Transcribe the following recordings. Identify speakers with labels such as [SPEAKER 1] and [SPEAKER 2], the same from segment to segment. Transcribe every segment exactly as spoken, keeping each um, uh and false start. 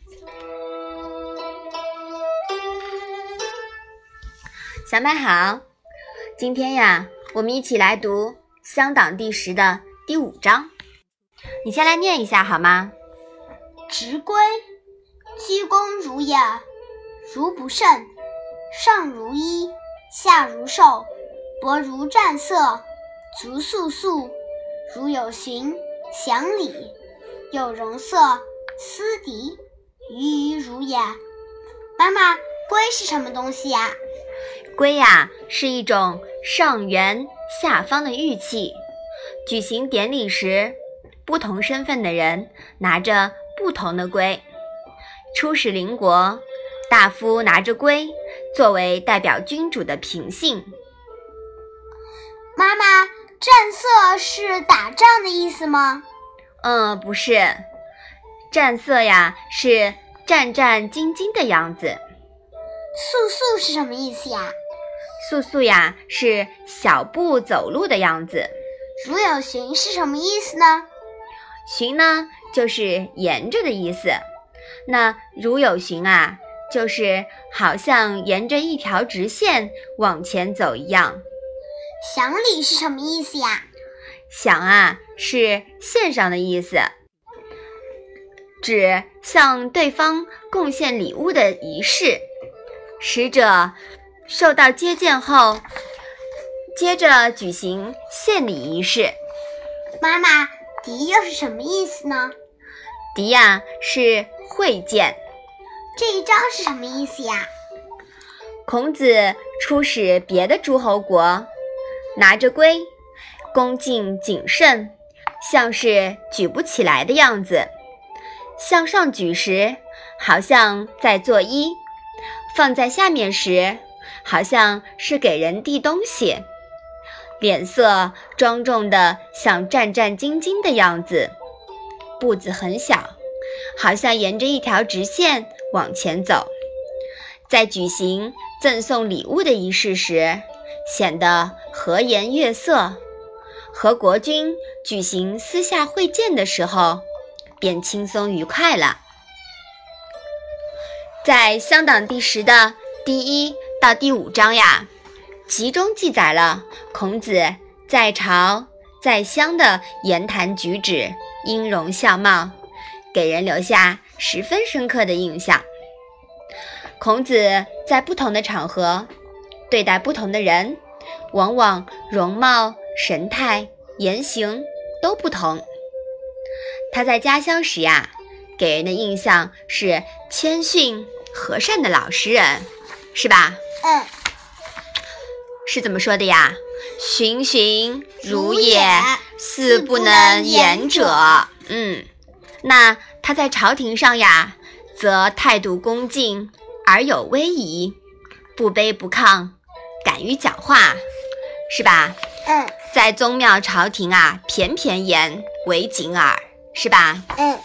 [SPEAKER 1] 小麦好，今天呀，我们一起来读乡党第十的第五章。你先来念一下好吗？
[SPEAKER 2] 直归，居公如也，如不慎，上如衣，下如兽，薄如战色，足簌簌，如有形，祥礼，有容色，思敌，鱼鱼如也。妈妈，龟是什么东西呀？
[SPEAKER 1] 龟呀，是一种上圆下方的玉器。举行典礼时，不同身份的人拿着不同的龟。出使邻国，大夫拿着龟作为代表君主的凭信。
[SPEAKER 2] 妈妈，战色是打仗的意思吗？
[SPEAKER 1] 嗯，不是，战色呀是战战兢兢的样子。
[SPEAKER 2] 簌簌是什么意思呀？
[SPEAKER 1] 簌簌呀是小步走路的样子。
[SPEAKER 2] 如有循是什么意思呢？
[SPEAKER 1] 循呢就是沿着的意思，那如有循啊就是好像沿着一条直线往前走一样。
[SPEAKER 2] 祥礼是什么意思呀？
[SPEAKER 1] 祥啊是献上的意思，指向对方贡献礼物的仪式。使者受到接见后，接着举行献礼仪式。
[SPEAKER 2] 妈妈，敌又是什么意思呢？
[SPEAKER 1] 敌呀是会见。
[SPEAKER 2] 这一章是什么意思呀？
[SPEAKER 1] 孔子出使别的诸侯国，拿着龟，恭敬谨慎，像是举不起来的样子。向上举时，好像在作揖；放在下面时，好像是给人递东西。脸色庄重的像战战兢兢的样子，步子很小，好像沿着一条直线往前走。在举行赠送礼物的仪式时，显得和颜悦色；和国君举行私下会见的时候，便轻松愉快了。在乡党第十的第一到第五章呀，集中记载了孔子在朝在乡的言谈举止、音容笑貌，给人留下十分深刻的印象。孔子在不同的场合对待不同的人，往往容貌、神态、言行都不同。他在家乡时呀，给人的印象是谦逊和善的老实人，是吧？
[SPEAKER 2] 嗯，
[SPEAKER 1] 是怎么说的呀？循循如也，斯不能言者。嗯，那他在朝廷上呀，则态度恭敬而有威仪，不卑不亢，敢于讲话，是吧？
[SPEAKER 2] 嗯，
[SPEAKER 1] 在宗庙朝廷啊，偏偏言为谨耳，是吧？
[SPEAKER 2] 嗯。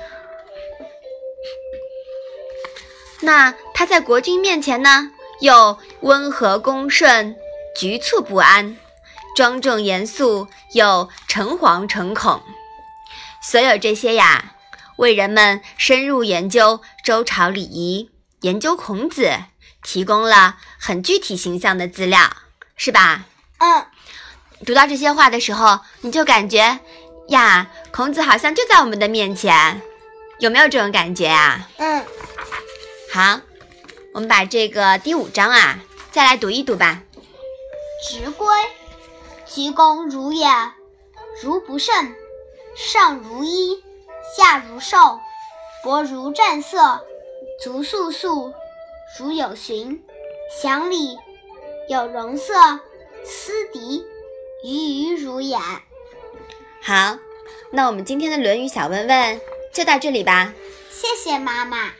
[SPEAKER 1] 那他在国君面前呢，又温和恭顺，局促不安，庄重严肃，又诚惶诚恐。所有这些呀，为人们深入研究周朝礼仪、研究孔子提供了很具体形象的资料，是吧？
[SPEAKER 2] 嗯。
[SPEAKER 1] 读到这些话的时候，你就感觉呀，孔子好像就在我们的面前，有没有这种感觉啊？
[SPEAKER 2] 嗯。
[SPEAKER 1] 好，我们把这个第五章啊，再来读一读吧。
[SPEAKER 2] 直归，居公如也，如不慎，上如衣，下如兽，薄如战色，足簌簌，如有循，祥礼，有容色，思敌，鱼鱼如也。
[SPEAKER 1] 好，那我们今天的《论语》小问问就到这里吧。
[SPEAKER 2] 谢谢妈妈。